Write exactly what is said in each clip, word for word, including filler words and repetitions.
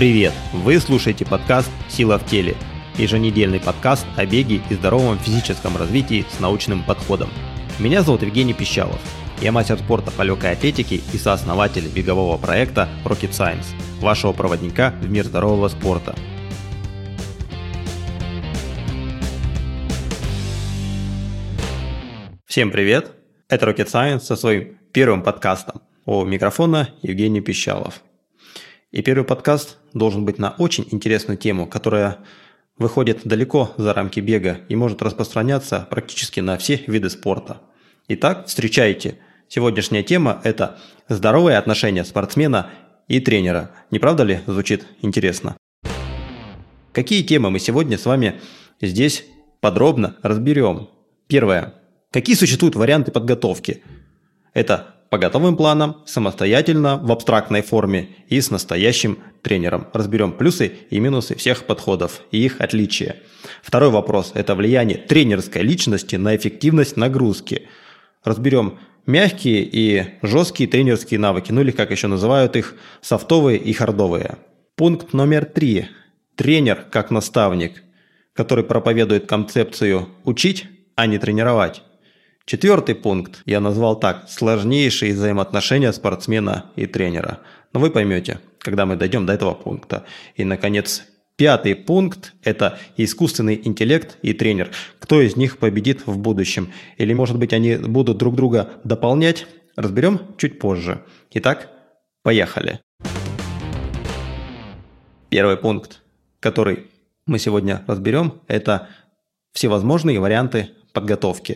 Привет! Вы слушаете подкаст «Сила в теле». Еженедельный подкаст о беге и здоровом физическом развитии с научным подходом. Меня зовут Евгений Пищалов. Я мастер спорта по легкой атлетике и сооснователь бегового проекта Rocket Science, вашего проводника в мир здорового спорта. Всем привет! Это Rocket Science со своим первым подкастом. У микрофона Евгений Пищалов. И первый подкаст должен быть на очень интересную тему, которая выходит далеко за рамки бега и может распространяться практически на все виды спорта. Итак, встречайте. Сегодняшняя тема – это здоровые отношения спортсмена и тренера. Не правда ли звучит интересно? Какие темы мы сегодня с вами здесь подробно разберем? Первое. Какие существуют варианты подготовки? Это по готовым планам, самостоятельно, в абстрактной форме и с настоящим тренером. Разберем плюсы и минусы всех подходов и их отличия. Второй вопрос – это влияние тренерской личности на эффективность нагрузки. Разберем мягкие и жесткие тренерские навыки, ну или как еще называют их, софтовые и хардовые. Пункт номер три. Тренер как наставник, который проповедует концепцию «учить, а не тренировать». Четвертый пункт я назвал так: сложнейшие взаимоотношения спортсмена и тренера. Но вы поймете, когда мы дойдем до этого пункта. И, наконец, пятый пункт – это искусственный интеллект и тренер. Кто из них победит в будущем? Или, может быть, они будут друг друга дополнять? Разберем чуть позже. Итак, поехали. Первый пункт, который мы сегодня разберем, это всевозможные варианты подготовки.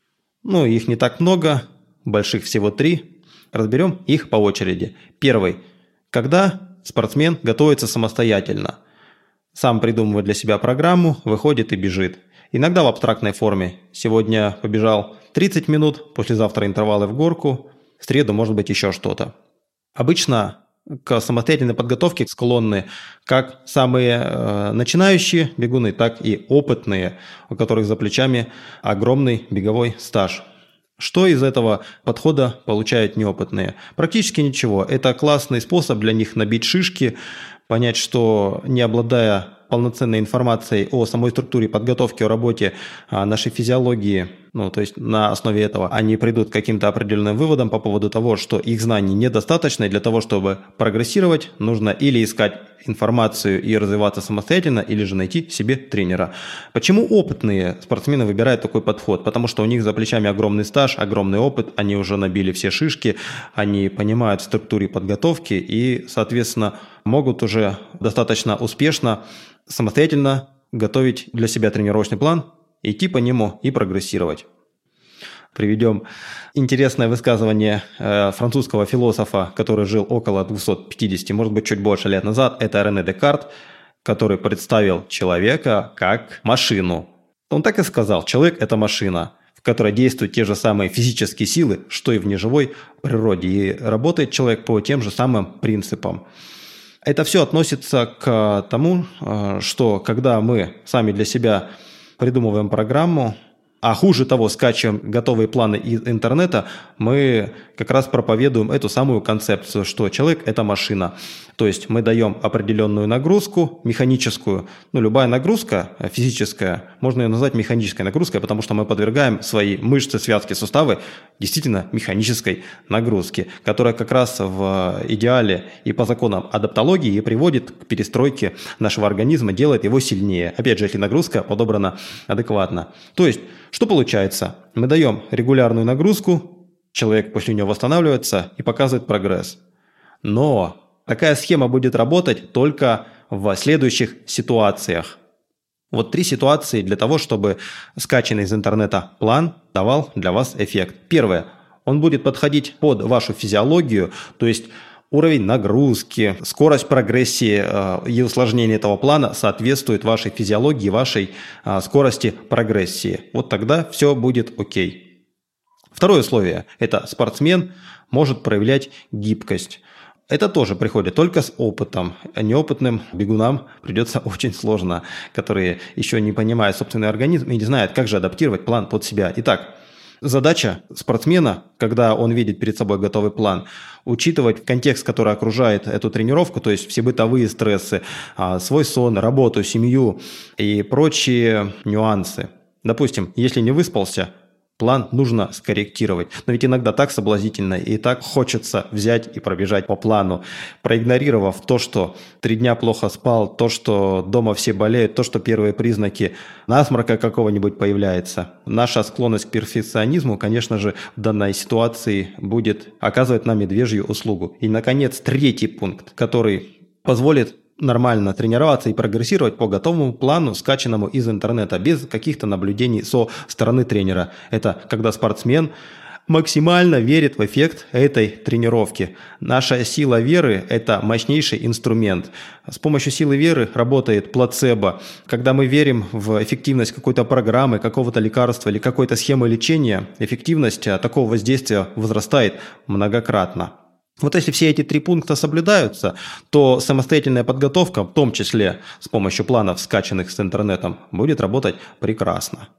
Ну, их не так много, больших всего три. Разберем их по очереди. Первый. Когда спортсмен готовится самостоятельно. Сам придумывает для себя программу, выходит и бежит. Иногда в абстрактной форме. Сегодня побежал тридцать минут, послезавтра интервалы в горку, в среду может быть еще что-то. Обычно к самостоятельной подготовке склонны как самые э, начинающие бегуны, так и опытные, у которых за плечами огромный беговой стаж. Что из этого подхода получают неопытные? Практически ничего. Это классный способ для них набить шишки, понять, что не обладая полноценной информацией о самой структуре подготовки, о работе, о нашей физиологии, ну, то есть на основе этого они придут к каким-то определенным выводам по поводу того, что их знаний недостаточно, и для того, чтобы прогрессировать, нужно или искать информацию и развиваться самостоятельно, или же найти себе тренера. Почему опытные спортсмены выбирают такой подход? Потому что у них за плечами огромный стаж, огромный опыт, они уже набили все шишки, они понимают в структуре подготовки и, соответственно, могут уже достаточно успешно самостоятельно готовить для себя тренировочный план, идти по нему и прогрессировать. Приведем интересное высказывание э, французского философа, который жил около двухсот пятидесяти, может быть, чуть больше лет назад. Это Рене Декарт, который представил человека как машину. Он так и сказал: человек – это машина, в которой действуют те же самые физические силы, что и в неживой природе. И работает человек по тем же самым принципам. Это все относится к тому, что когда мы сами для себя придумываем программу, а хуже того, скачиваем готовые планы из интернета, мы как раз проповедуем эту самую концепцию, что человек – это машина. То есть мы даем определенную нагрузку механическую. Ну, любая нагрузка физическая, можно ее назвать механической нагрузкой, потому что мы подвергаем свои мышцы, связки, суставы действительно механической нагрузке, которая как раз в идеале и по законам адаптологии и приводит к перестройке нашего организма, делает его сильнее. Опять же, если нагрузка подобрана адекватно. То есть, что получается? Мы даем регулярную нагрузку, человек после нее восстанавливается и показывает прогресс. Но такая схема будет работать только в следующих ситуациях. Вот три ситуации для того, чтобы скачанный из интернета план давал для вас эффект. Первое. Он будет подходить под вашу физиологию, то есть уровень нагрузки, скорость прогрессии э, и усложнения этого плана соответствует вашей физиологии, вашей э, скорости прогрессии. Вот тогда все будет окей. Второе условие – это спортсмен может проявлять гибкость. Это тоже приходит только с опытом. Неопытным бегунам придется очень сложно, которые еще не понимают собственный организм и не знают, как же адаптировать план под себя. Итак, Задача спортсмена, когда он видит перед собой готовый план, учитывать контекст, который окружает эту тренировку, то есть все бытовые стрессы, свой сон, работу, семью и прочие нюансы. Допустим, если не выспался, план нужно скорректировать. Но ведь иногда так соблазнительно и так хочется взять и пробежать по плану, проигнорировав то, что три дня плохо спал, то, что дома все болеют, то, что первые признаки насморка какого-нибудь появляется. Наша склонность к перфекционизму, конечно же, в данной ситуации будет оказывать нам медвежью услугу. И, наконец, третий пункт, который позволит нормально тренироваться и прогрессировать по готовому плану, скачанному из интернета, без каких-то наблюдений со стороны тренера. Это когда спортсмен максимально верит в эффект этой тренировки. Наша сила веры – это мощнейший инструмент. С помощью силы веры работает плацебо. Когда мы верим в эффективность какой-то программы, какого-то лекарства или какой-то схемы лечения, эффективность такого воздействия возрастает многократно. Вот если все эти три пункта соблюдаются, то самостоятельная подготовка, в том числе с помощью планов, скачанных с интернетом, будет работать прекрасно.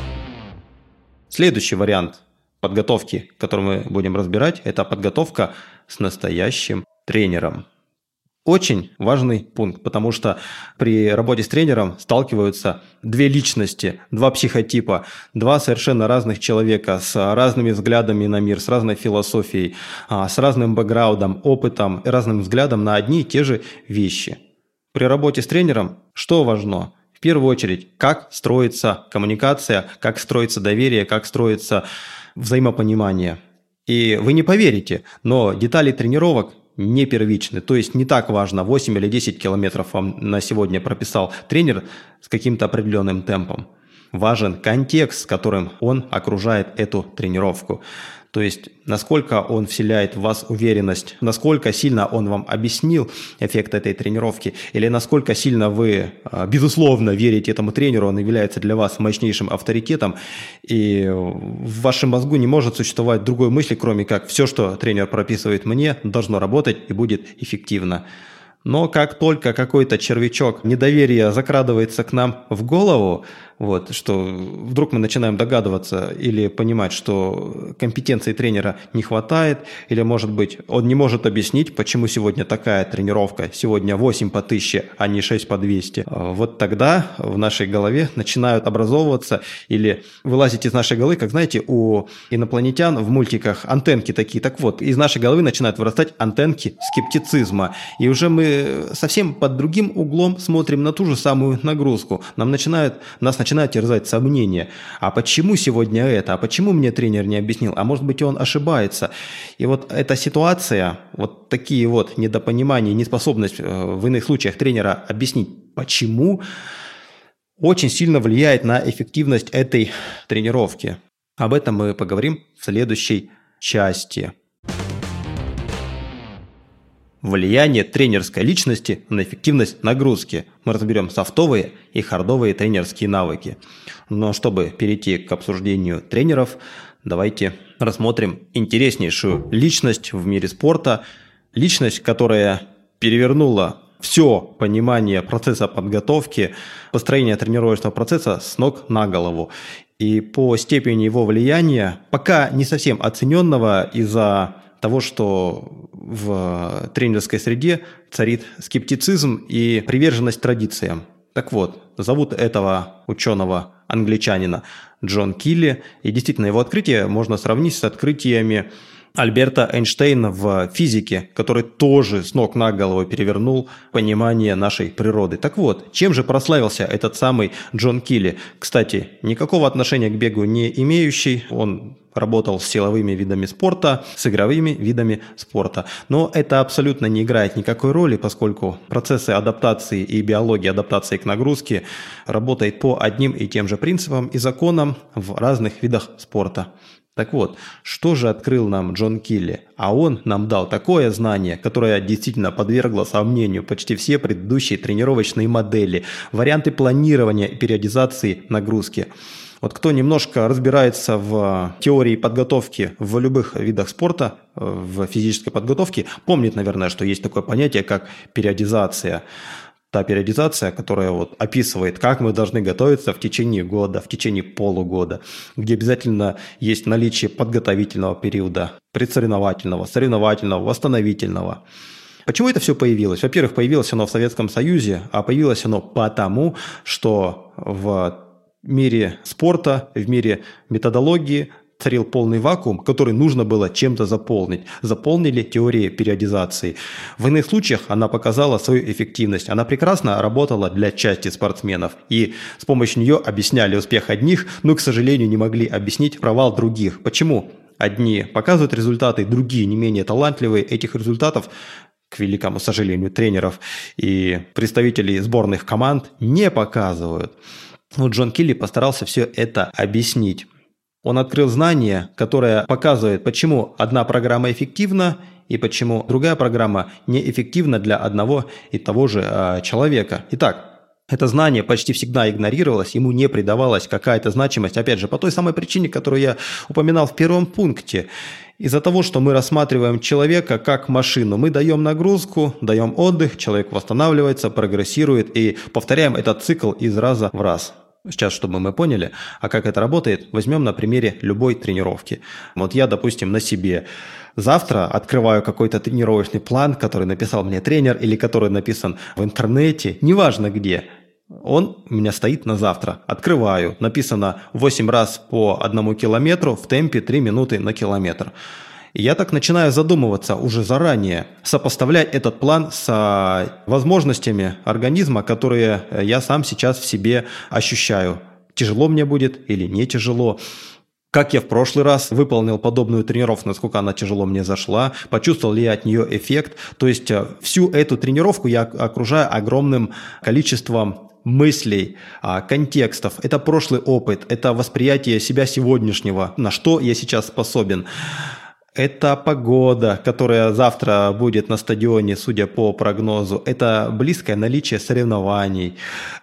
Следующий вариант подготовки, который мы будем разбирать, это подготовка с настоящим тренером. Очень важный пункт, потому что при работе с тренером сталкиваются две личности, два психотипа, два совершенно разных человека с разными взглядами на мир, с разной философией, с разным бэкграундом, опытом и разным взглядом на одни и те же вещи. При работе с тренером что важно? В первую очередь, как строится коммуникация, как строится доверие, как строится взаимопонимание. И вы не поверите, но детали тренировок не первичны, то есть не так важно, восемь или десять километров вам на сегодня прописал тренер с каким-то определенным темпом. Важен контекст, с которым он окружает эту тренировку. То есть, насколько он вселяет в вас уверенность, насколько сильно он вам объяснил эффект этой тренировки, или насколько сильно вы, безусловно, верите этому тренеру, он является для вас мощнейшим авторитетом, и в вашем мозгу не может существовать другой мысли, кроме как все, что тренер прописывает мне, должно работать и будет эффективно. Но как только какой-то червячок недоверия закрадывается к нам в голову, вот, что вдруг мы начинаем догадываться или понимать, что компетенции тренера не хватает, или, может быть, он не может объяснить, почему сегодня такая тренировка, сегодня восемь по тысяче, а не шесть по двести. Вот тогда в нашей голове начинают образовываться или вылазить из нашей головы, как, знаете, у инопланетян в мультиках антенки такие. Так вот, из нашей головы начинают вырастать антенки скептицизма. И уже мы совсем под другим углом смотрим на ту же самую нагрузку. Нам начинают, нас начинают терзать сомнения. А почему сегодня это? А почему мне тренер не объяснил? А может быть, он ошибается? И вот эта ситуация, вот такие вот недопонимания, неспособность в иных случаях тренера объяснить, почему, очень сильно влияет на эффективность этой тренировки. Об этом мы поговорим в следующей части. Влияние тренерской личности на эффективность нагрузки. Мы разберем софтовые и хардовые тренерские навыки. Но чтобы перейти к обсуждению тренеров, давайте рассмотрим интереснейшую личность в мире спорта. Личность, которая перевернула все понимание процесса подготовки, построения тренировочного процесса с ног на голову. И по степени его влияния, пока не совсем оцененного из-за того, что в тренерской среде царит скептицизм и приверженность традициям. Так вот, зовут этого ученого-англичанина Джон Килли, и действительно его открытие можно сравнить с открытиями Альберта Эйнштейна в физике, который тоже с ног на голову перевернул понимание нашей природы. Так вот, чем же прославился этот самый Джон Килли? Кстати, никакого отношения к бегу не имеющий, он работал с силовыми видами спорта, с игровыми видами спорта. Но это абсолютно не играет никакой роли, поскольку процессы адаптации и биология адаптации к нагрузке работают по одним и тем же принципам и законам в разных видах спорта. Так вот, что же открыл нам Джон Килли? А он нам дал такое знание, которое действительно подвергло сомнению почти все предыдущие тренировочные модели, варианты планирования и периодизации нагрузки. Вот кто немножко разбирается в теории подготовки в любых видах спорта, в физической подготовке, помнит, наверное, что есть такое понятие, как периодизация. та периодизация, которая вот описывает, как мы должны готовиться в течение года, в течение полугода, где обязательно есть наличие подготовительного периода, предсоревновательного, соревновательного, восстановительного. Почему это все появилось? Во-первых, появилось оно в Советском Союзе, а появилось оно потому, что в мире спорта, в мире методологии царил полный вакуум, который нужно было чем-то заполнить. Заполнили теорией периодизации. В иных случаях она показала свою эффективность. Она прекрасно работала для части спортсменов. И с помощью нее объясняли успех одних, но, к сожалению, не могли объяснить провал других. Почему? Одни показывают результаты, другие, не менее талантливые, этих результатов, к великому сожалению, тренеров и представителей сборных команд не показывают. Вот Джон Килли постарался все это объяснить. Он открыл знание, которое показывает, почему одна программа эффективна и почему другая программа неэффективна для одного и того же э, человека. Итак, это знание почти всегда игнорировалось, ему не придавалась какая-то значимость, опять же, по той самой причине, которую я упоминал в первом пункте. Из-за того, что мы рассматриваем человека как машину, мы даем нагрузку, даем отдых, человек восстанавливается, прогрессирует и повторяем этот цикл из раза в раз. Сейчас, чтобы мы поняли, а как это работает, возьмем на примере любой тренировки. Вот я, допустим, на себе завтра открываю какой-то тренировочный план, который написал мне тренер или который написан в интернете, неважно где. Он у меня стоит на завтра. Открываю, написано восемь раз по одному километру в темпе три минуты на километр. И я так начинаю задумываться уже заранее, сопоставлять этот план с возможностями организма, которые я сам сейчас в себе ощущаю. Тяжело мне будет или не тяжело. Как я в прошлый раз выполнил подобную тренировку, насколько она тяжело мне зашла, почувствовал ли я от нее эффект. То есть всю эту тренировку я окружаю огромным количеством мыслей, контекстов. Это прошлый опыт, это восприятие себя сегодняшнего, на что я сейчас способен. Это погода, которая завтра будет на стадионе, судя по прогнозу. Это близкое наличие соревнований.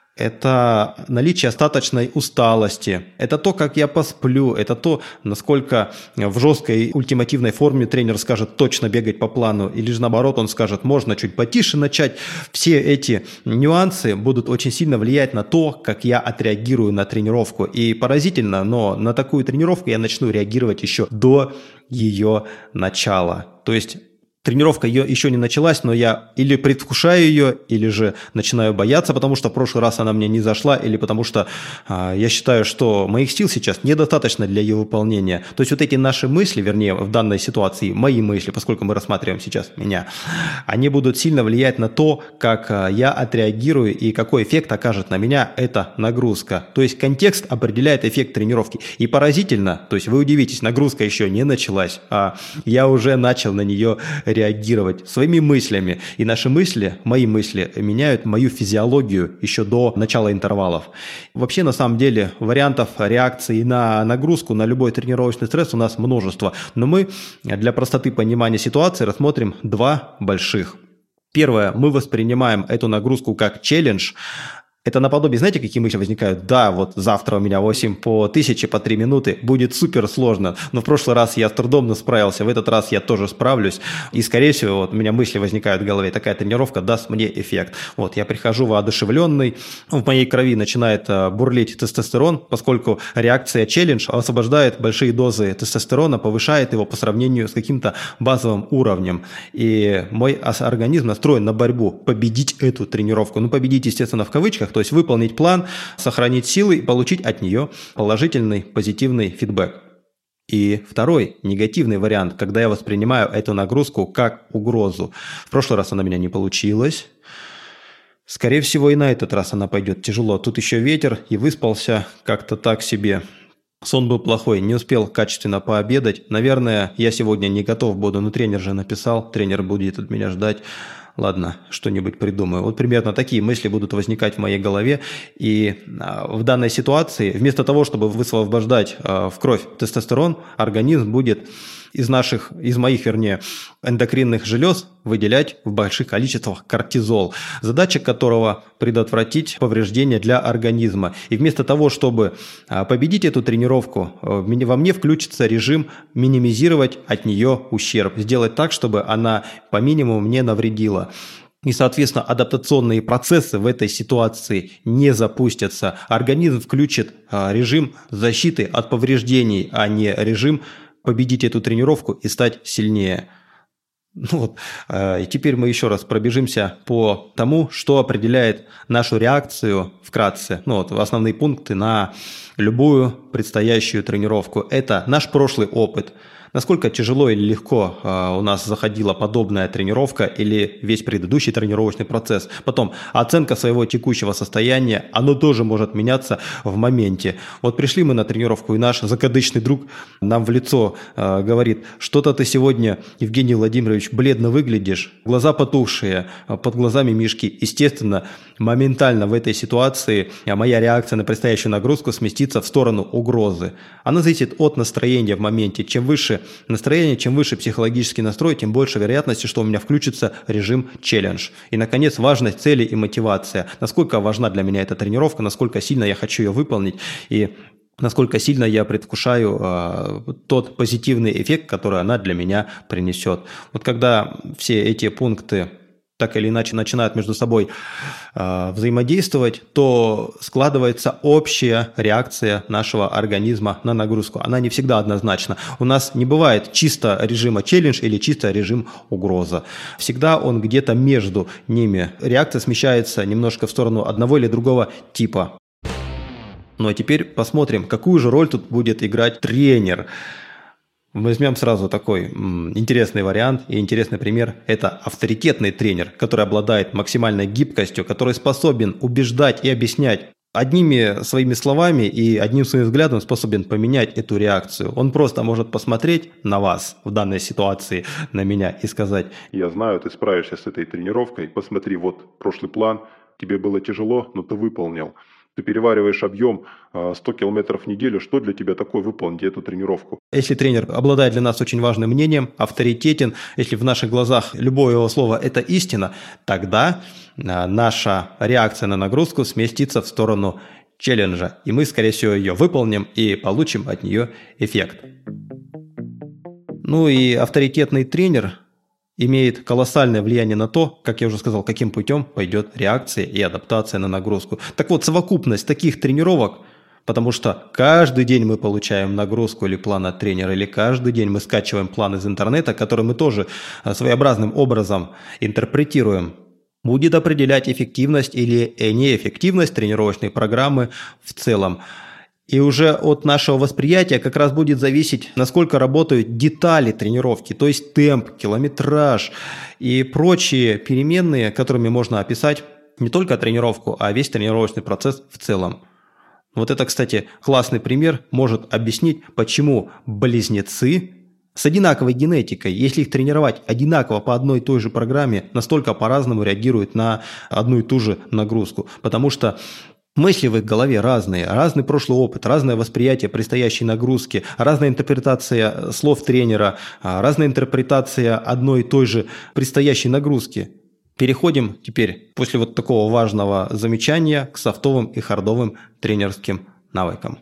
Это наличие остаточной усталости. Это то, как я посплю. Это то, насколько в жесткой ультимативной форме тренер скажет точно бегать по плану. Или же наоборот он скажет, можно чуть потише начать. Все эти нюансы будут очень сильно влиять на то, как я отреагирую на тренировку. И поразительно, но на такую тренировку я начну реагировать еще до ее начала. То есть тренировка ее еще не началась, но я или предвкушаю ее, или же начинаю бояться, потому что в прошлый раз она мне не зашла, или потому что э, я считаю, что моих сил сейчас недостаточно для ее выполнения. То есть вот эти наши мысли, вернее, в данной ситуации мои мысли, поскольку мы рассматриваем сейчас меня, они будут сильно влиять на то, как э, я отреагирую и какой эффект окажет на меня эта нагрузка. То есть контекст определяет эффект тренировки. И поразительно, то есть вы удивитесь, нагрузка еще не началась, а я уже начал на нее реагировать своими мыслями. И наши мысли, мои мысли, меняют мою физиологию еще до начала интервалов. Вообще, на самом деле, вариантов реакции на нагрузку, на любой тренировочный стресс у нас множество. Но мы для простоты понимания ситуации рассмотрим два больших. Первое, мы воспринимаем эту нагрузку как челлендж. Это наподобие, знаете, какие мысли возникают? Да, вот завтра у меня восемь по тысяче, по три минуты, будет супер сложно, но в прошлый раз я с трудом справился, в этот раз я тоже справлюсь, и, скорее всего, вот у меня мысли возникают в голове, такая тренировка даст мне эффект. Вот, я прихожу воодушевленный, в моей крови начинает бурлить тестостерон, поскольку реакция челлендж освобождает большие дозы тестостерона, повышает его по сравнению с каким-то базовым уровнем, и мой организм настроен на борьбу, победить эту тренировку, ну, победить, естественно, в кавычках, то есть выполнить план, сохранить силы и получить от нее положительный, позитивный фидбэк. И второй, негативный вариант, когда я воспринимаю эту нагрузку как угрозу. В прошлый раз она у меня не получилась. Скорее всего, и на этот раз она пойдет тяжело. Тут еще ветер, и выспался как-то так себе. Сон был плохой, не успел качественно пообедать. Наверное, я сегодня не готов буду, но тренер же написал, тренер будет от меня ждать. Ладно, что-нибудь придумаю. Вот примерно такие мысли будут возникать в моей голове. И в данной ситуации, вместо того, чтобы высвобождать в кровь тестостерон, организм будет из наших, из моих, вернее, эндокринных желез выделять в больших количествах кортизол, задача которого предотвратить повреждения для организма. И вместо того, чтобы победить эту тренировку, во мне включится режим минимизировать от нее ущерб, сделать так, чтобы она по минимуму не навредила. И, соответственно, адаптационные процессы в этой ситуации не запустятся. Организм включит режим защиты от повреждений, а не режим победить эту тренировку и стать сильнее. Ну вот. И теперь мы еще раз пробежимся по тому, что определяет нашу реакцию вкратце. Ну вот, основные пункты на любую предстоящую тренировку. Это наш прошлый опыт. Насколько тяжело или легко э, у нас заходила подобная тренировка или весь предыдущий тренировочный процесс. Потом оценка своего текущего состояния, оно тоже может меняться в моменте. Вот пришли мы на тренировку, и наш закадычный друг нам в лицо э, говорит: что-то ты сегодня, Евгений Владимирович, бледно выглядишь, глаза потухшие, под глазами мешки. Естественно, моментально в этой ситуации моя реакция на предстоящую нагрузку сместится в сторону угрозы. Она зависит от настроения в моменте. Чем выше настроение, чем выше психологический настрой, тем больше вероятности, что у меня включится режим челлендж. И, наконец, важность цели и мотивация. Насколько важна для меня эта тренировка, насколько сильно я хочу ее выполнить и насколько сильно я предвкушаю э, тот позитивный эффект, который она для меня принесет. Вот когда все эти пункты так или иначе начинают между собой э, взаимодействовать, то складывается общая реакция нашего организма на нагрузку. Она не всегда однозначна. У нас не бывает чисто режима челлендж или чисто режим угроза. Всегда он где-то между ними. Реакция смещается немножко в сторону одного или другого типа. Ну а теперь посмотрим, какую же роль тут будет играть тренер. Возьмем сразу такой м, интересный вариант и интересный пример. Это авторитетный тренер, который обладает максимальной гибкостью, который способен убеждать и объяснять одними своими словами и одним своим взглядом способен поменять эту реакцию. Он просто может посмотреть на вас в данной ситуации, на меня, и сказать: я знаю, ты справишься с этой тренировкой, посмотри, вот прошлый план, тебе было тяжело, но ты выполнил. Ты перевариваешь объем сто километров в неделю, что для тебя такое выполнить эту тренировку? Если тренер обладает для нас очень важным мнением, авторитетен, если в наших глазах любое его слово – это истина, тогда наша реакция на нагрузку сместится в сторону челленджа, и мы, скорее всего, ее выполним и получим от нее эффект. Ну и авторитетный тренер имеет колоссальное влияние на то, как я уже сказал, каким путем пойдет реакция и адаптация на нагрузку. Так вот, совокупность таких тренировок, потому что каждый день мы получаем нагрузку или план от тренера, или каждый день мы скачиваем план из интернета, который мы тоже своеобразным образом интерпретируем, будет определять эффективность или неэффективность тренировочной программы в целом. И уже от нашего восприятия как раз будет зависеть, насколько работают детали тренировки, то есть темп, километраж и прочие переменные, которыми можно описать не только тренировку, а весь тренировочный процесс в целом. Вот это, кстати, классный пример может объяснить, почему близнецы с одинаковой генетикой, если их тренировать одинаково по одной и той же программе, настолько по-разному реагируют на одну и ту же нагрузку. Потому что мысли в их голове разные, разный прошлый опыт, разное восприятие предстоящей нагрузки, разная интерпретация слов тренера, разная интерпретация одной и той же предстоящей нагрузки. Переходим теперь после вот такого важного замечания к софтовым и хардовым тренерским навыкам.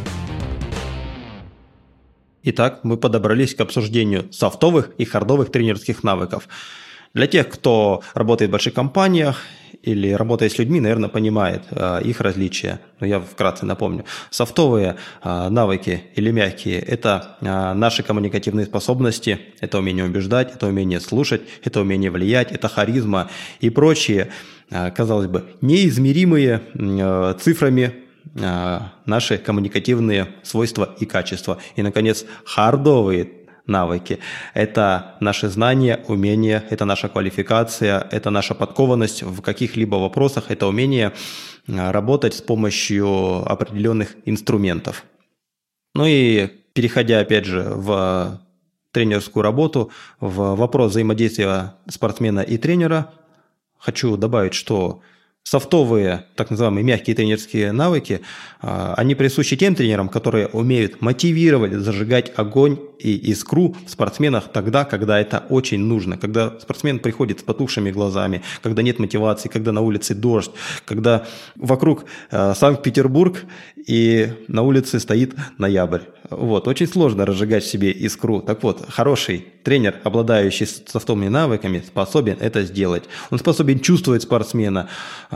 Итак, мы подобрались к обсуждению софтовых и хардовых тренерских навыков. Для тех, кто работает в больших компаниях или работает с людьми, наверное, понимает э, их различия. Но я вкратце напомню. Софтовые э, навыки или мягкие – это э, наши коммуникативные способности, это умение убеждать, это умение слушать, это умение влиять, это харизма и прочие, э, казалось бы, неизмеримые э, цифрами э, наши коммуникативные свойства и качества. И, наконец, хардовые навыки. Это наши знания, умения, это наша квалификация, это наша подкованность в каких-либо вопросах, это умение работать с помощью определенных инструментов. Ну и переходя опять же в тренерскую работу, в вопрос взаимодействия спортсмена и тренера, хочу добавить, что софтовые, так называемые мягкие тренерские навыки, они присущи тем тренерам, которые умеют мотивировать, зажигать огонь и искру в спортсменах тогда, когда это очень нужно. Когда спортсмен приходит с потухшими глазами, когда нет мотивации, когда на улице дождь, когда вокруг Санкт-Петербург и на улице стоит ноябрь. Вот, очень сложно разжигать в себе искру. Так вот, хороший тренер, обладающий софтовыми навыками, способен это сделать. Он способен чувствовать спортсмена,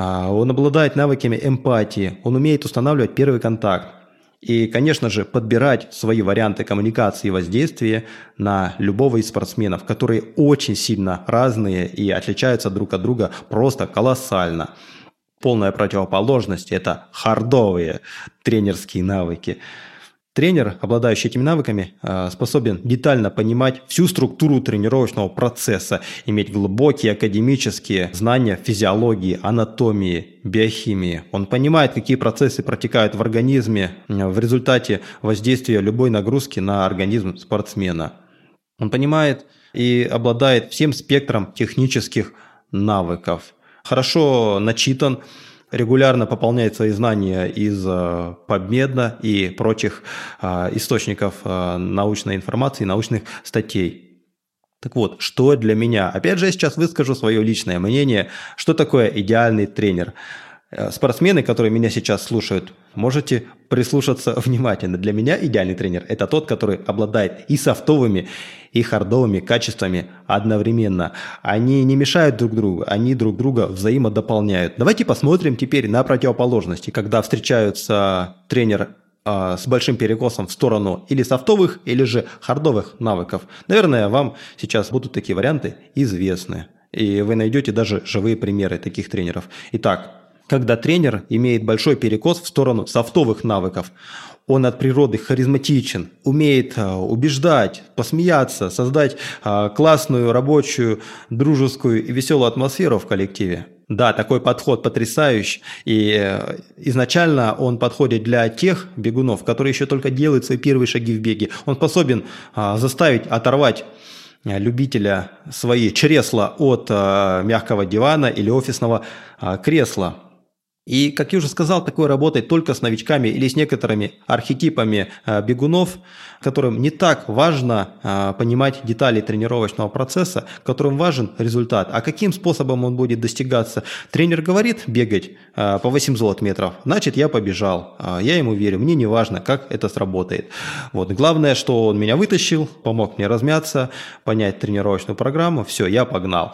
он обладает навыками эмпатии, он умеет устанавливать первый контакт. И, конечно же, подбирать свои варианты коммуникации и воздействия на любого из спортсменов, которые очень сильно разные и отличаются друг от друга просто колоссально. Полная противоположность – это хардовые тренерские навыки. Тренер, обладающий этими навыками, способен детально понимать всю структуру тренировочного процесса, иметь глубокие академические знания физиологии, анатомии, биохимии. Он понимает, какие процессы протекают в организме в результате воздействия любой нагрузки на организм спортсмена. Он понимает и обладает всем спектром технических навыков. Хорошо начитан, регулярно пополняет свои знания из PubMed и прочих источников научной информации, научных статей. Так вот, что для меня? Опять же, я сейчас выскажу свое личное мнение, что такое идеальный тренер. Спортсмены, которые меня сейчас слушают, можете прислушаться внимательно. Для меня идеальный тренер – это тот, который обладает и софтовыми, и хардовыми качествами одновременно. Они не мешают друг другу, они друг друга взаимодополняют. Давайте посмотрим теперь на противоположности, когда встречаются тренер э, с большим перекосом в сторону или софтовых, или же хардовых навыков. Наверное, вам сейчас будут такие варианты известны. И вы найдете даже живые примеры таких тренеров. Итак, когда тренер имеет большой перекос в сторону софтовых навыков, он от природы харизматичен, умеет убеждать, посмеяться, создать классную, рабочую, дружескую и веселую атмосферу в коллективе. Да, такой подход потрясающий, и изначально он подходит для тех бегунов, которые еще только делают свои первые шаги в беге. Он способен заставить оторвать любителя свои чресла от мягкого дивана или офисного кресла. И, как я уже сказал, такое работает только с новичками или с некоторыми архетипами бегунов, которым не так важно понимать детали тренировочного процесса, которым важен результат. А каким способом он будет достигаться? Тренер говорит бегать по восемьсот метров, значит, я побежал. Я ему верю, мне не важно, как это сработает. Вот. Главное, что он меня вытащил, помог мне размяться, понять тренировочную программу, все, я погнал.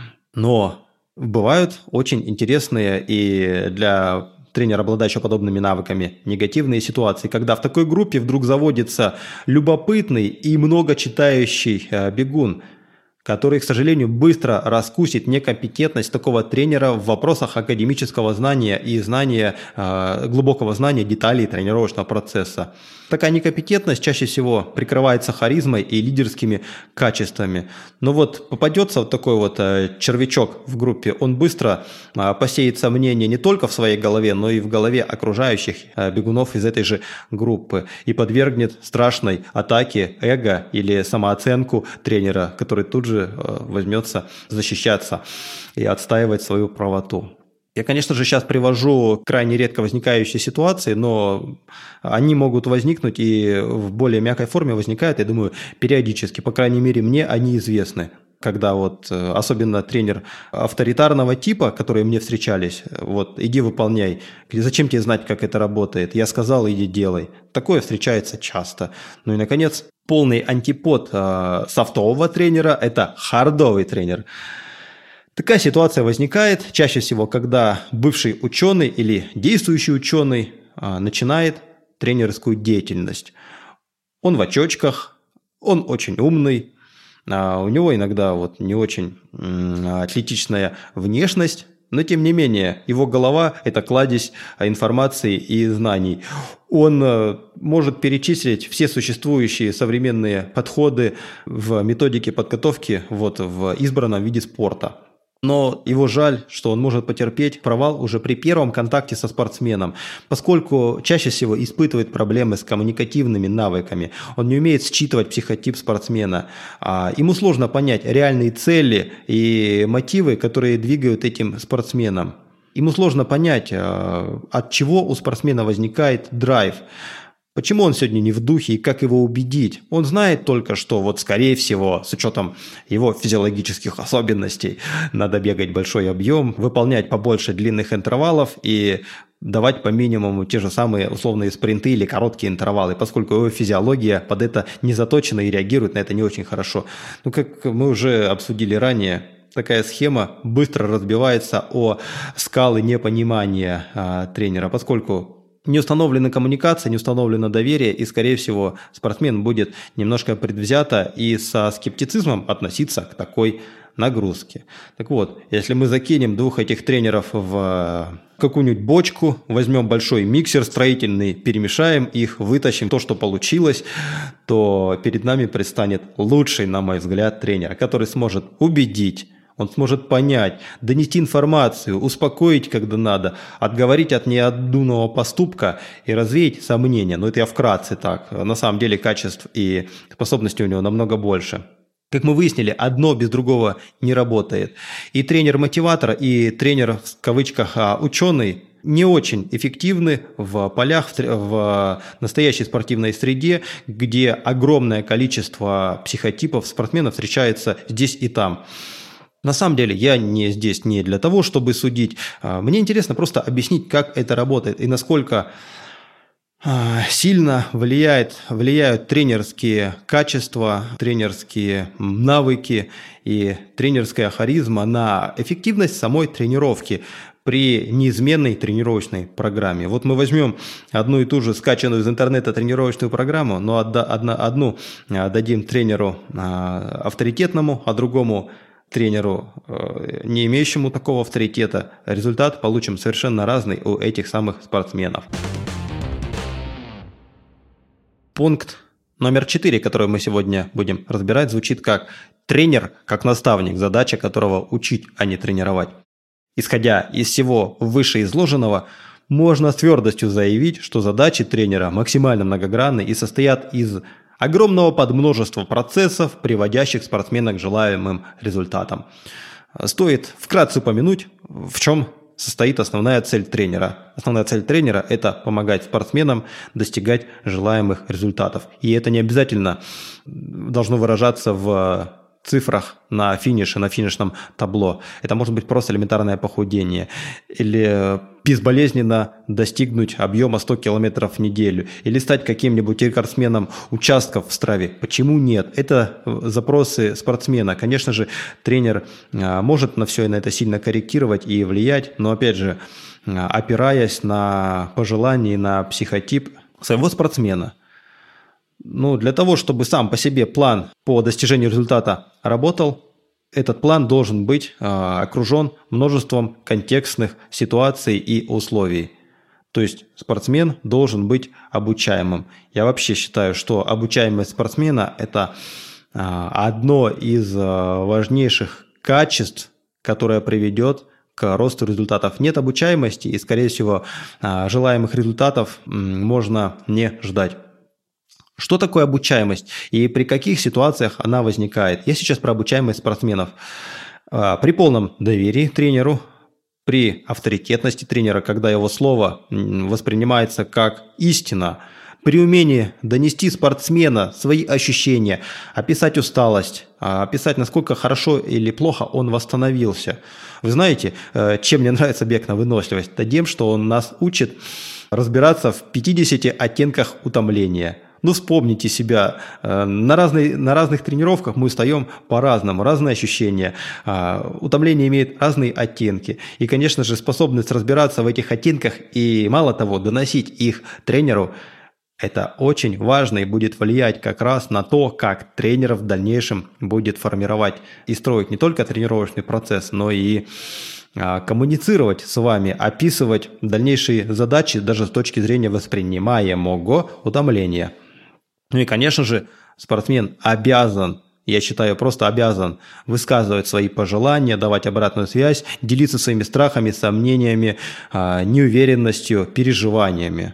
Но бывают очень интересные и для тренера, обладающего подобными навыками, негативные ситуации, когда в такой группе вдруг заводится любопытный и много читающий бегун, который, к сожалению, быстро раскусит некомпетентность такого тренера в вопросах академического знания и знания, глубокого знания деталей тренировочного процесса. Такая некомпетентность чаще всего прикрывается харизмой и лидерскими качествами. Но вот попадется вот такой вот червячок в группе, он быстро посеет сомнения не только в своей голове, но и в голове окружающих бегунов из этой же группы и подвергнет страшной атаке эго или самооценку тренера, который тут же возьмется защищаться и отстаивать свою правоту. Я, конечно же, сейчас привожу крайне редко возникающие ситуации, но они могут возникнуть и в более мягкой форме возникают, я думаю, периодически. По крайней мере, мне они известны. Когда вот, особенно тренер авторитарного типа, которые мне встречались, вот, иди выполняй, зачем тебе знать, как это работает, я сказал, иди делай. Такое встречается часто. Ну и, наконец, полный антипод э, софтового тренера – это хардовый тренер. Такая ситуация возникает чаще всего, когда бывший ученый или действующий ученый а, начинает тренерскую деятельность. Он в очочках, он очень умный, а у него иногда вот не очень м, атлетичная внешность, но тем не менее его голова – это кладезь информации и знаний. Он а, может перечислить все существующие современные подходы в методике подготовки вот, в избранном виде спорта. Но его жаль, что он может потерпеть провал уже при первом контакте со спортсменом, поскольку чаще всего испытывает проблемы с коммуникативными навыками. Он не умеет считывать психотип спортсмена. Ему сложно понять реальные цели и мотивы, которые двигают этим спортсменом. Ему сложно понять, от чего у спортсмена возникает драйв. Почему он сегодня не в духе и как его убедить? Он знает только, что вот скорее всего, с учетом его физиологических особенностей, надо бегать большой объем, выполнять побольше длинных интервалов и давать по минимуму те же самые условные спринты или короткие интервалы, поскольку его физиология под это не заточена и реагирует на это не очень хорошо. Ну, как мы уже обсудили ранее, такая схема быстро разбивается о скалы непонимания а, тренера, поскольку не установлена коммуникация, не установлено доверие, и, скорее всего, спортсмен будет немножко предвзято и со скептицизмом относиться к такой нагрузке. Так вот, если мы закинем двух этих тренеров в какую-нибудь бочку, возьмем большой миксер строительный, перемешаем их, вытащим то, что получилось, то перед нами предстанет лучший, на мой взгляд, тренер, который сможет убедить, он сможет понять, донести информацию, успокоить, когда надо, отговорить от необдуманного поступка и развеять сомнения. Но это я вкратце так. На самом деле качеств и способностей у него намного больше. Как мы выяснили, одно без другого не работает. И тренер-мотиватор, и тренер, в кавычках, ученый не очень эффективны в полях, в настоящей спортивной среде, где огромное количество психотипов спортсменов встречается здесь и там. На самом деле я не здесь не для того, чтобы судить. Мне интересно просто объяснить, как это работает и насколько сильно влияет, влияют тренерские качества, тренерские навыки и тренерская харизма на эффективность самой тренировки при неизменной тренировочной программе. Вот мы возьмем одну и ту же скачанную из интернета тренировочную программу, но одну дадим тренеру авторитетному, а другому тренеру, не имеющему такого авторитета. Результат получим совершенно разный у этих самых спортсменов. Пункт номер четыре, который мы сегодня будем разбирать, звучит как тренер, как наставник, задача которого учить, а не тренировать. Исходя из всего вышеизложенного, можно с твердостью заявить, что задачи тренера максимально многогранны и состоят из огромного подмножества процессов, приводящих спортсмена к желаемым результатам. Стоит вкратце упомянуть, в чем состоит основная цель тренера. Основная цель тренера – это помогать спортсменам достигать желаемых результатов. И это не обязательно должно выражаться в цифрах на финише, на финишном табло. Это может быть просто элементарное похудение или безболезненно достигнуть объема сто километров в неделю или стать каким-нибудь рекордсменом участков в Страве. Почему нет? Это запросы спортсмена. Конечно же, тренер может на все и на это сильно корректировать и влиять, но опять же, опираясь на пожелания, на психотип своего спортсмена. Ну, для того, чтобы сам по себе план по достижению результата работал, этот план должен быть э, окружен множеством контекстных ситуаций и условий. То есть спортсмен должен быть обучаемым. Я вообще считаю, что обучаемость спортсмена – это э, одно из э, важнейших качеств, которое приведет к росту результатов. Нет обучаемости, и, скорее всего, э, желаемых результатов э, можно не ждать. Что такое обучаемость и при каких ситуациях она возникает? Я сейчас про обучаемость спортсменов. При полном доверии тренеру, при авторитетности тренера, когда его слово воспринимается как истина, при умении донести спортсмена свои ощущения, описать усталость, описать, насколько хорошо или плохо он восстановился. Вы знаете, чем мне нравится бег на выносливость? Это тем, что он нас учит разбираться в пятидесяти оттенках утомления. Ну, вспомните себя. На, разной, на разных тренировках мы устаем по-разному, разные ощущения. Утомление имеет разные оттенки. И, конечно же, способность разбираться в этих оттенках и, мало того, доносить их тренеру, это очень важно и будет влиять как раз на то, как тренер в дальнейшем будет формировать и строить не только тренировочный процесс, но и коммуницировать с вами, описывать дальнейшие задачи даже с точки зрения воспринимаемого утомления. Ну и, конечно же, спортсмен обязан, я считаю, просто обязан высказывать свои пожелания, давать обратную связь, делиться своими страхами, сомнениями, неуверенностью, переживаниями.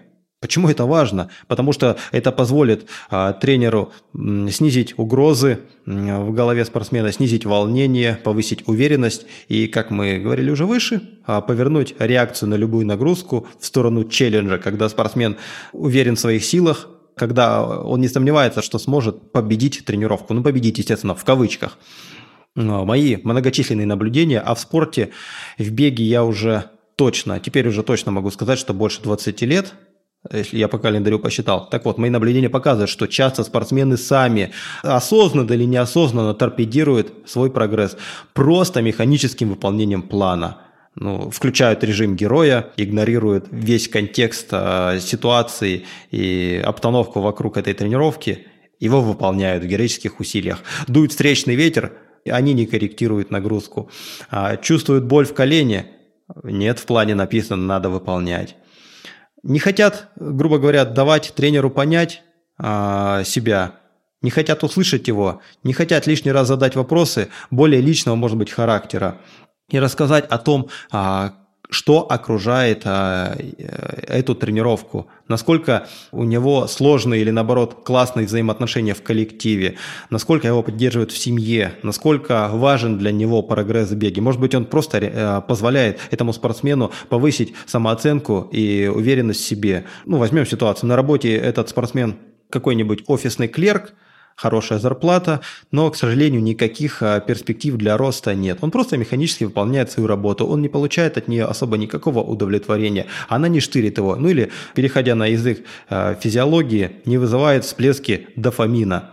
Почему это важно? Потому что это позволит а, тренеру м, снизить угрозы м, в голове спортсмена, снизить волнение, повысить уверенность и, как мы говорили уже выше, а, повернуть реакцию на любую нагрузку в сторону челленджа, когда спортсмен уверен в своих силах, когда он не сомневается, что сможет победить тренировку. Ну, победить, естественно, в кавычках. Но мои многочисленные наблюдения, а в спорте, в беге я уже точно, теперь уже точно могу сказать, что больше двадцати лет, если я по календарю посчитал. Так вот, мои наблюдения показывают, что часто спортсмены сами осознанно или неосознанно торпедируют свой прогресс просто механическим выполнением плана. Ну, включают режим героя, игнорируют весь контекст э, ситуации и обстановку вокруг этой тренировки, его выполняют в героических усилиях. Дует встречный ветер, они не корректируют нагрузку. А, чувствуют боль в колене, нет, в плане написано, надо выполнять. Не хотят, грубо говоря, давать тренеру понять а, себя, не хотят услышать его, не хотят лишний раз задать вопросы более личного, может быть, характера и рассказать о том, а, что окружает а, эту тренировку, насколько у него сложные или, наоборот, классные взаимоотношения в коллективе, насколько его поддерживают в семье, насколько важен для него прогресс в беге. Может быть, он просто а, позволяет этому спортсмену повысить самооценку и уверенность в себе. Ну, возьмем ситуацию. На работе этот спортсмен какой-нибудь офисный клерк, хорошая зарплата, но, к сожалению, никаких перспектив для роста нет. Он просто механически выполняет свою работу, он не получает от нее особо никакого удовлетворения, она не штырит его. Ну или, переходя на язык физиологии, не вызывает всплески дофамина.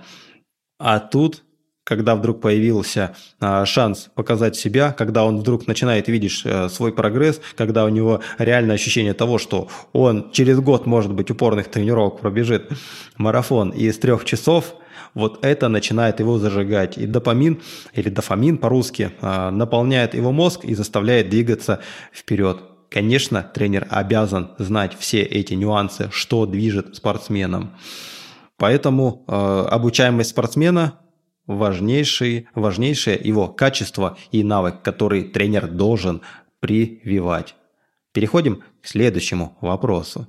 А тут, когда вдруг появился шанс показать себя, когда он вдруг начинает видеть свой прогресс, когда у него реальное ощущение того, что он через год, может быть, упорных тренировок пробежит марафон из трех часов, вот это начинает его зажигать. И допамин, или дофамин по-русски, наполняет его мозг и заставляет двигаться вперед. Конечно, тренер обязан знать все эти нюансы, что движет спортсменом. Поэтому э, обучаемость спортсмена – важнейшее, важнейшее его качество и навык, который тренер должен прививать. Переходим к следующему вопросу.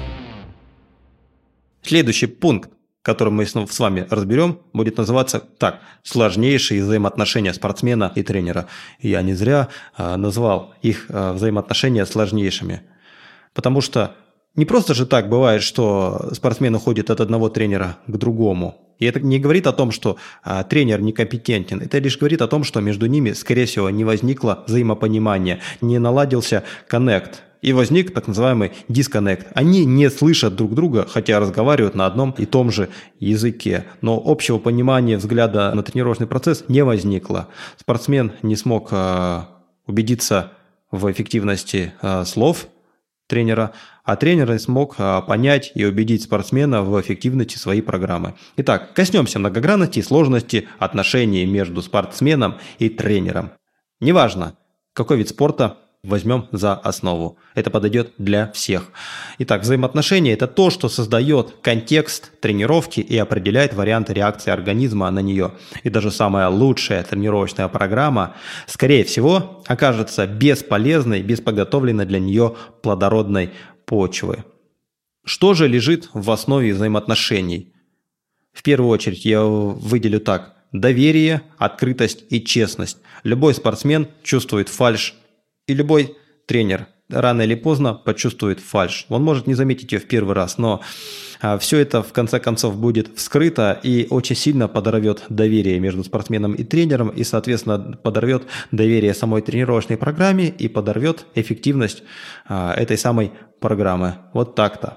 Следующий пункт, который мы с вами разберем, будет называться так: сложнейшие взаимоотношения спортсмена и тренера. Я не зря а, назвал их а, взаимоотношения сложнейшими, потому что не просто же так бывает, что спортсмен уходит от одного тренера к другому. И это не говорит о том, что а, тренер некомпетентен. Это лишь говорит о том, что между ними, скорее всего, не возникло взаимопонимания, не наладился коннект. И возник так называемый дисконнект. Они не слышат друг друга, хотя разговаривают на одном и том же языке. Но общего понимания взгляда на тренировочный процесс не возникло. Спортсмен не смог э, убедиться в эффективности э, слов тренера, а тренер не смог э, понять и убедить спортсмена в эффективности своей программы. Итак, коснемся многогранности и сложности отношений между спортсменом и тренером. Неважно, какой вид спорта возьмем за основу. Это подойдет для всех. Итак, взаимоотношения – это то, что создает контекст тренировки и определяет варианты реакции организма на нее. И даже самая лучшая тренировочная программа, скорее всего, окажется бесполезной, без подготовленной для нее плодородной почвы. Что же лежит в основе взаимоотношений? В первую очередь я выделю так: доверие, открытость и честность. Любой спортсмен чувствует фальшь, и любой тренер рано или поздно почувствует фальшь. Он может не заметить ее в первый раз, но а, все это в конце концов будет вскрыто и очень сильно подорвет доверие между спортсменом и тренером, и, соответственно, подорвет доверие самой тренировочной программе и подорвет эффективность а, этой самой программы. Вот так-то.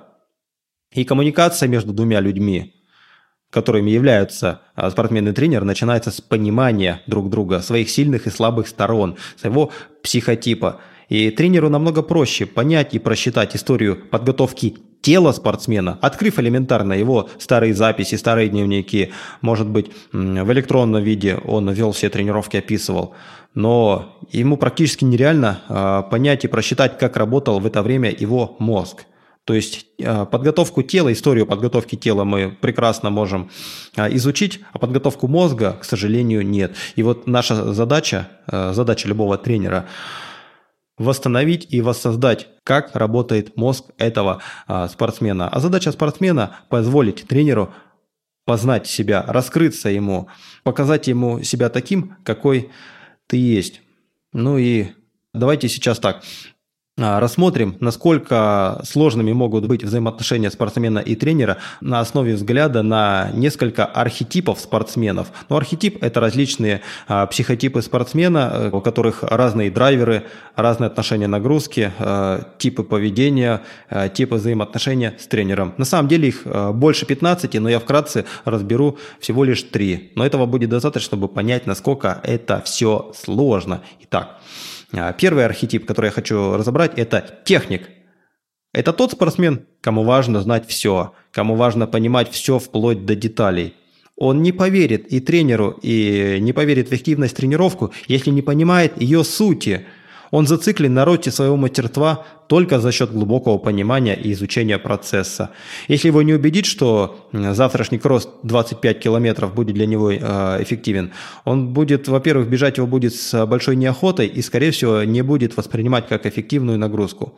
И коммуникация между двумя людьми, которыми являются спортсмен и тренер, начинается с понимания друг друга, своих сильных и слабых сторон, своего психотипа. И тренеру намного проще понять и просчитать историю подготовки тела спортсмена, открыв элементарно его старые записи, старые дневники. Может быть, в электронном виде он вел все тренировки, описывал. Но ему практически нереально понять и просчитать, как работал в это время его мозг. То есть подготовку тела, историю подготовки тела мы прекрасно можем изучить, а подготовку мозга, к сожалению, нет. И вот наша задача, задача любого тренера восстановить и воссоздать, как работает мозг этого а, спортсмена. А задача спортсмена – позволить тренеру познать себя, раскрыться ему, показать ему себя таким, какой ты есть. Ну и давайте сейчас так рассмотрим, насколько сложными могут быть взаимоотношения спортсмена и тренера на основе взгляда на несколько архетипов спортсменов. Но архетип – это различные а, психотипы спортсмена, у которых разные драйверы, разные отношения нагрузки, а, типы поведения, а, типы взаимоотношения с тренером. На самом деле их а, больше пятнадцати, но я вкратце разберу всего лишь три. Но этого будет достаточно, чтобы понять, насколько это все сложно. Итак, первый архетип, который я хочу разобрать, это техник. Это тот спортсмен, кому важно знать все, кому важно понимать все вплоть до деталей. Он не поверит и тренеру, и не поверит в эффективность тренировку, если не понимает ее сути. Он зациклен на росте своего мастерства только за счет глубокого понимания и изучения процесса. Если его не убедить, что завтрашний кросс двадцать пять километров будет для него эффективен, он будет, во-первых, бежать его будет с большой неохотой и, скорее всего, не будет воспринимать как эффективную нагрузку.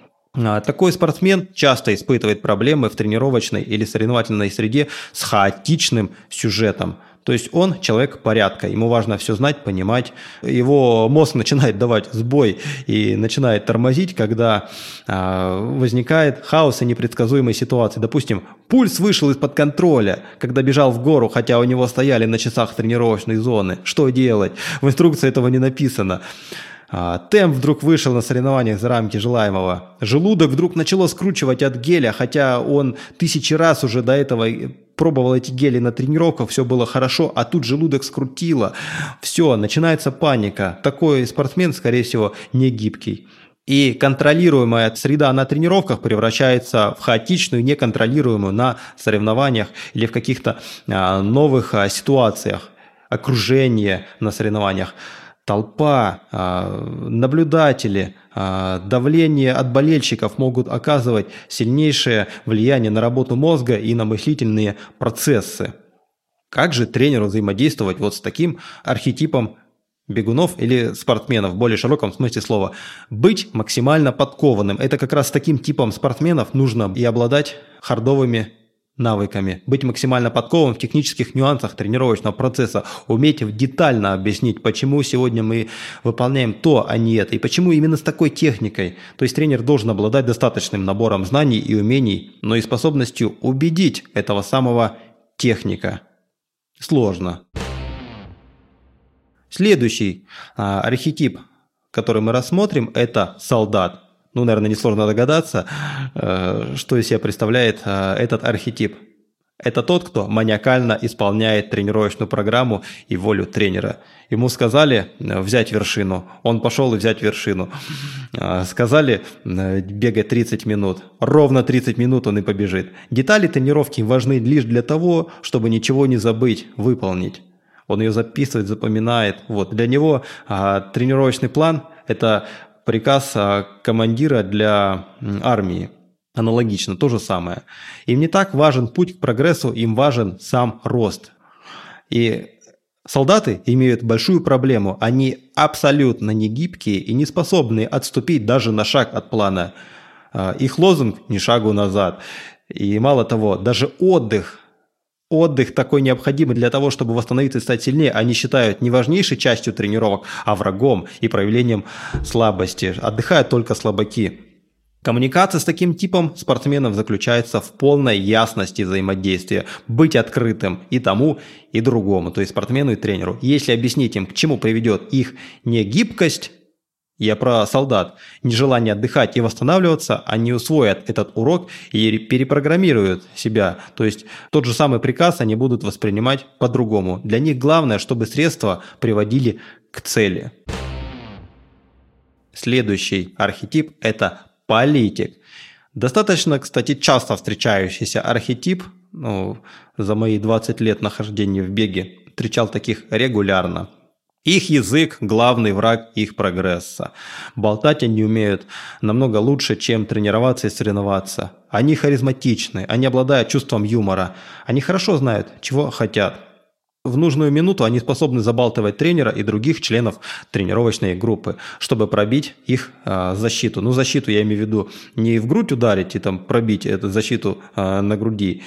Такой спортсмен часто испытывает проблемы в тренировочной или соревновательной среде с хаотичным сюжетом. То есть он человек порядка, ему важно все знать, понимать. Его мозг начинает давать сбой и начинает тормозить, когда э, возникает хаос и непредсказуемые ситуации. Допустим, пульс вышел из-под контроля, когда бежал в гору, хотя у него стояли на часах тренировочной зоны. Что делать? В инструкции этого не написано. Темп вдруг вышел на соревнованиях за рамки желаемого. Желудок вдруг начало скручивать от геля, хотя он тысячи раз уже до этого пробовал эти гели на тренировках, все было хорошо, а тут желудок скрутило. Все, начинается паника. Такой спортсмен, скорее всего, не гибкий. И контролируемая среда на тренировках превращается в хаотичную, неконтролируемую на соревнованиях или в каких-то а, новых а, ситуациях. Окружение на соревнованиях. Толпа, наблюдатели, давление от болельщиков могут оказывать сильнейшее влияние на работу мозга и на мыслительные процессы. Как же тренеру взаимодействовать вот с таким архетипом бегунов или спортсменов в более широком смысле слова? Быть максимально подкованным. Это как раз с таким типом спортсменов нужно и обладать хардовыми навыками, быть максимально подкованным в технических нюансах тренировочного процесса, уметь детально объяснить, почему сегодня мы выполняем то, а не это, и почему именно с такой техникой. То есть тренер должен обладать достаточным набором знаний и умений, но и способностью убедить этого самого техника. Сложно. Следующий а, архетип, который мы рассмотрим, это солдат. Ну, наверное, несложно догадаться, что из себя представляет этот архетип. Это тот, кто маниакально исполняет тренировочную программу и волю тренера. Ему сказали взять вершину, он пошел и взять вершину. Сказали бегать тридцать минут, ровно тридцать минут он и побежит. Детали тренировки важны лишь для того, чтобы ничего не забыть, выполнить. Он ее записывает, запоминает. Вот. Для него а, тренировочный план – это приказ командира для армии. Аналогично, то же самое. Им не так важен путь к прогрессу, им важен сам рост. И солдаты имеют большую проблему. Они абсолютно не гибкие и не способны отступить даже на шаг от плана. Их лозунг – ни шагу назад. И мало того, даже отдых, Отдых такой необходимый для того, чтобы восстановиться и стать сильнее, они считают не важнейшей частью тренировок, а врагом и проявлением слабости. Отдыхают только слабаки. Коммуникация с таким типом спортсменов заключается в полной ясности взаимодействия. Быть открытым и тому, и другому, то есть спортсмену и тренеру. Если объяснить им, к чему приведет их негибкость, я про солдат, нежелание отдыхать и восстанавливаться, они усвоят этот урок и перепрограммируют себя. То есть тот же самый приказ они будут воспринимать по-другому. Для них главное, чтобы средства приводили к цели. Следующий архетип – это политик. Достаточно, кстати, часто встречающийся архетип, ну, за мои двадцать лет нахождения в беге встречал таких регулярно. Их язык – главный враг их прогресса. Болтать они умеют намного лучше, чем тренироваться и соревноваться. Они харизматичны, они обладают чувством юмора, они хорошо знают, чего хотят. В нужную минуту они способны забалтывать тренера и других членов тренировочной группы, чтобы пробить их э, защиту. Ну, защиту я имею в виду не в грудь ударить и там пробить эту защиту э, на груди,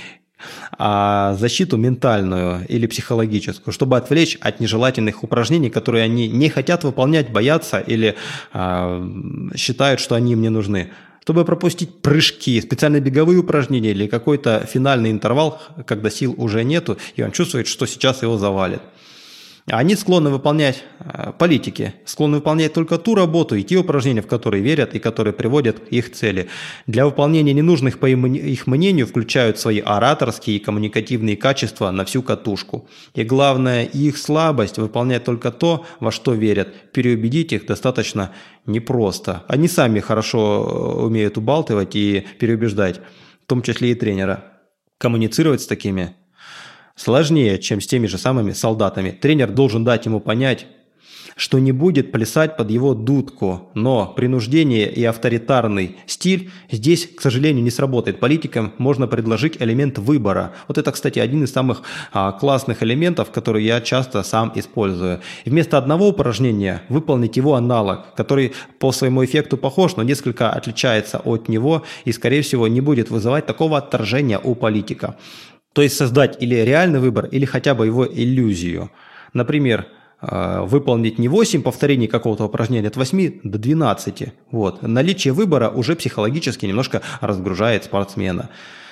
а защиту ментальную или психологическую, чтобы отвлечь от нежелательных упражнений, которые они не хотят выполнять, боятся или э, считают, что они им не нужны. Чтобы пропустить прыжки, специальные беговые упражнения или какой-то финальный интервал, когда сил уже нету, и он чувствует, что сейчас его завалит. Они склонны выполнять, политики, склонны выполнять только ту работу и те упражнения, в которые верят и которые приводят к их цели. Для выполнения ненужных, по их мнению, включают свои ораторские и коммуникативные качества на всю катушку. И главное, их слабость выполнять только то, во что верят. Переубедить их достаточно непросто. Они сами хорошо умеют убалтывать и переубеждать, в том числе и тренера. Коммуницировать с такими сложнее, чем с теми же самыми солдатами. Тренер должен дать ему понять, что не будет плясать под его дудку, но принуждение и авторитарный стиль здесь, к сожалению, не сработает. Политикам можно предложить элемент выбора. Вот это, кстати, один из самых а, классных элементов, которые я часто сам использую. И вместо одного упражнения выполнить его аналог, который по своему эффекту похож, но несколько отличается от него и, скорее всего, не будет вызывать такого отторжения у политика. То есть создать или реальный выбор, или хотя бы его иллюзию. Например, выполнить не восемь повторений какого-то упражнения, от восьми до двенадцати. Вот. Наличие выбора уже психологически немножко разгружает спортсмена.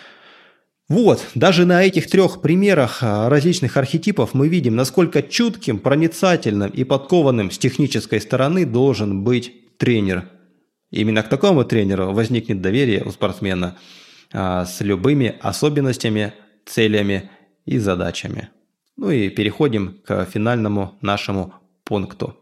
Вот, даже на этих трех примерах различных архетипов мы видим, насколько чутким, проницательным и подкованным с технической стороны должен быть тренер. Именно к такому тренеру возникнет доверие у спортсмена с любыми особенностями, целями и задачами. Ну и переходим к финальному нашему пункту.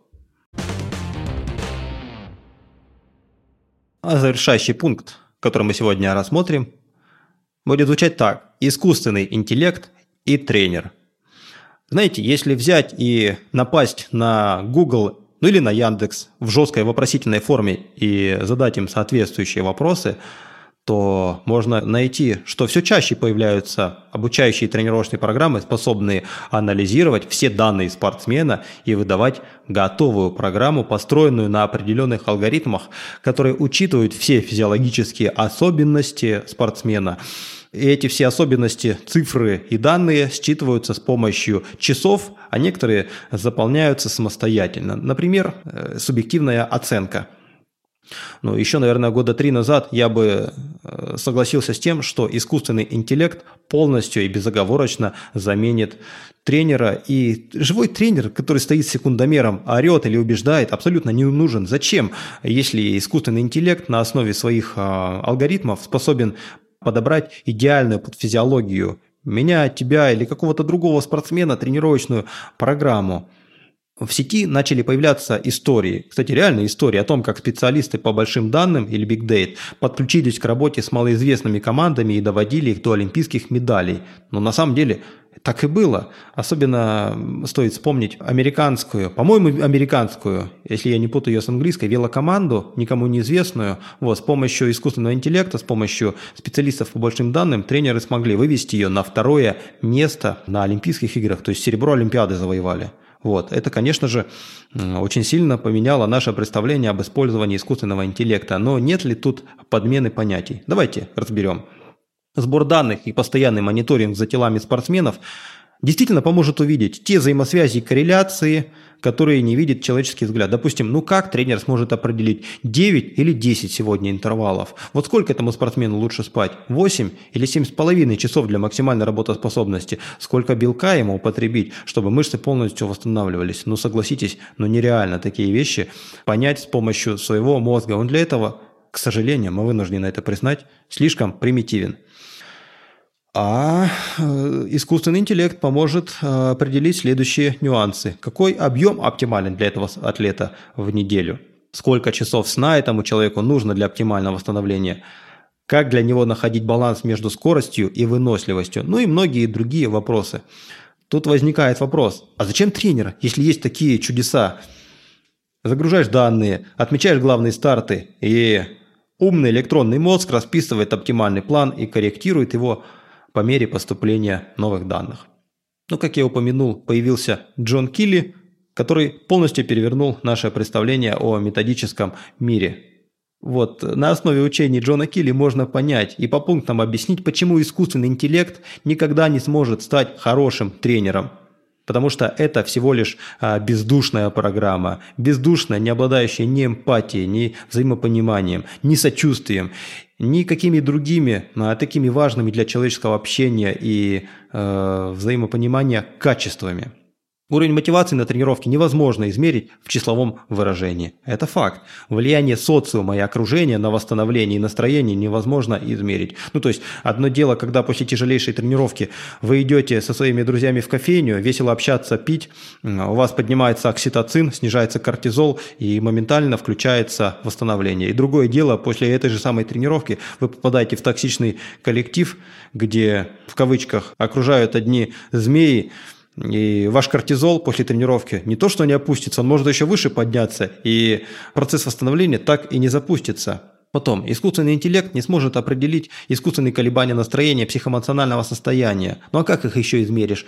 А завершающий пункт, который мы сегодня рассмотрим, будет звучать так: искусственный интеллект и тренер. Знаете, если взять и напасть на Google, ну или на Яндекс в жесткой вопросительной форме и задать им соответствующие вопросы, то можно найти, что все чаще появляются обучающие тренировочные программы, способные анализировать все данные спортсмена и выдавать готовую программу, построенную на определенных алгоритмах, которые учитывают все физиологические особенности спортсмена. И эти все особенности, цифры и данные считываются с помощью часов, а некоторые заполняются самостоятельно. Например, субъективная оценка. Ну, еще, наверное, года три назад я бы согласился с тем, что искусственный интеллект полностью и безоговорочно заменит тренера. И живой тренер, который стоит с секундомером, орет или убеждает, абсолютно не нужен. Зачем, если искусственный интеллект на основе своих алгоритмов способен подобрать идеальную под физиологию меня, тебя или какого-то другого спортсмена тренировочную программу? В сети начали появляться истории, кстати, реальные истории о том, как специалисты по большим данным или Big Data подключились к работе с малоизвестными командами и доводили их до олимпийских медалей. Но на самом деле так и было. Особенно стоит вспомнить американскую, по-моему, американскую, если я не путаю ее с английской, велокоманду, никому неизвестную. Вот, с помощью искусственного интеллекта, с помощью специалистов по большим данным, тренеры смогли вывести ее на второе место на Олимпийских играх, то есть серебро Олимпиады завоевали. Вот. Это, конечно же, очень сильно поменяло наше представление об использовании искусственного интеллекта. Но нет ли тут подмены понятий? Давайте разберем. Сбор данных и постоянный мониторинг за телами спортсменов действительно поможет увидеть те взаимосвязи и корреляции, которые не видит человеческий взгляд. Допустим, ну как тренер сможет определить девять или десять сегодня интервалов? Вот сколько этому спортсмену лучше спать? восемь или семь с половиной часов для максимальной работоспособности? Сколько белка ему употребить, чтобы мышцы полностью восстанавливались? Ну согласитесь, ну нереально такие вещи понять с помощью своего мозга. Он для этого, к сожалению, мы вынуждены это признать, слишком примитивен. А искусственный интеллект поможет определить следующие нюансы. Какой объем оптимален для этого атлета в неделю? Сколько часов сна этому человеку нужно для оптимального восстановления? Как для него находить баланс между скоростью и выносливостью? Ну и многие другие вопросы. Тут возникает вопрос, а зачем тренер, если есть такие чудеса? Загружаешь данные, отмечаешь главные старты, и умный электронный мозг расписывает оптимальный план и корректирует его по мере поступления новых данных. Ну, как я упомянул, появился Джон Килли, который полностью перевернул наше представление о методическом мире. Вот, на основе учений Джона Килли можно понять и по пунктам объяснить, почему искусственный интеллект никогда не сможет стать хорошим тренером. Потому что это всего лишь а, бездушная программа, бездушная, не обладающая ни эмпатией, ни взаимопониманием, ни сочувствием, ни какими другими а, такими важными для человеческого общения и а, взаимопонимания качествами. Уровень мотивации на тренировке невозможно измерить в числовом выражении. Это факт. Влияние социума и окружения на восстановление и настроение невозможно измерить. Ну, то есть, одно дело, когда после тяжелейшей тренировки вы идете со своими друзьями в кофейню, весело общаться, пить, у вас поднимается окситоцин, снижается кортизол и моментально включается восстановление. И другое дело, после этой же самой тренировки вы попадаете в токсичный коллектив, где, в кавычках, окружают одни змеи, и ваш кортизол после тренировки не то что не опустится, он может еще выше подняться, и процесс восстановления так и не запустится. Потом, искусственный интеллект не сможет определить искусственные колебания настроения, психоэмоционального состояния. Ну а как их еще измеришь?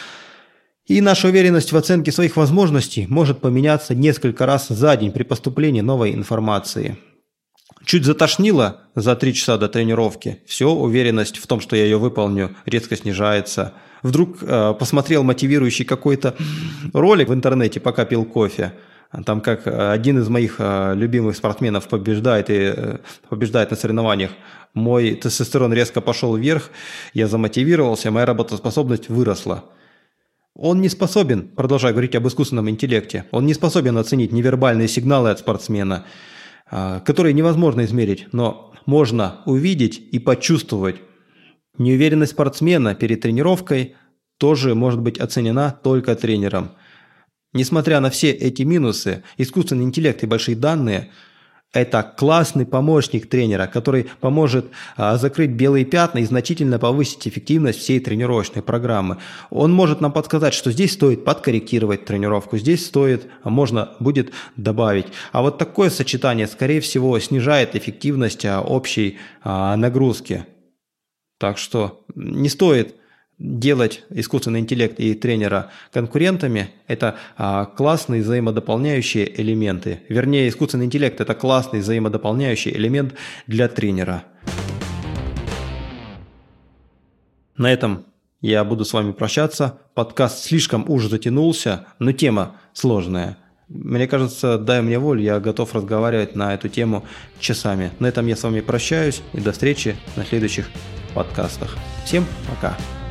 И наша уверенность в оценке своих возможностей может поменяться несколько раз за день при поступлении новой информации. Чуть затошнило за три часа до тренировки, все, уверенность в том, что я ее выполню, резко снижается. Вдруг э, посмотрел мотивирующий какой-то ролик в интернете, пока пил кофе. Там как один из моих э, любимых спортсменов побеждает и э, побеждает на соревнованиях. Мой тестостерон резко пошел вверх, я замотивировался, моя работоспособность выросла. Он не способен, продолжаю говорить об искусственном интеллекте, он не способен оценить невербальные сигналы от спортсмена, э, которые невозможно измерить, но можно увидеть и почувствовать. Неуверенность спортсмена перед тренировкой тоже может быть оценена только тренером. Несмотря на все эти минусы, искусственный интеллект и большие данные – это классный помощник тренера, который поможет а, закрыть белые пятна и значительно повысить эффективность всей тренировочной программы. Он может нам подсказать, что здесь стоит подкорректировать тренировку, здесь стоит, а можно будет добавить. А вот такое сочетание, скорее всего, снижает эффективность а, общей а, нагрузки. Так что не стоит делать искусственный интеллект и тренера конкурентами. Это а, классные взаимодополняющие элементы. Вернее, искусственный интеллект – это классный взаимодополняющий элемент для тренера. На этом я буду с вами прощаться. Подкаст слишком уж затянулся, но тема сложная. Мне кажется, дай мне волю, я готов разговаривать на эту тему часами. На этом я с вами прощаюсь и до встречи на следующих подкастах. Всем пока!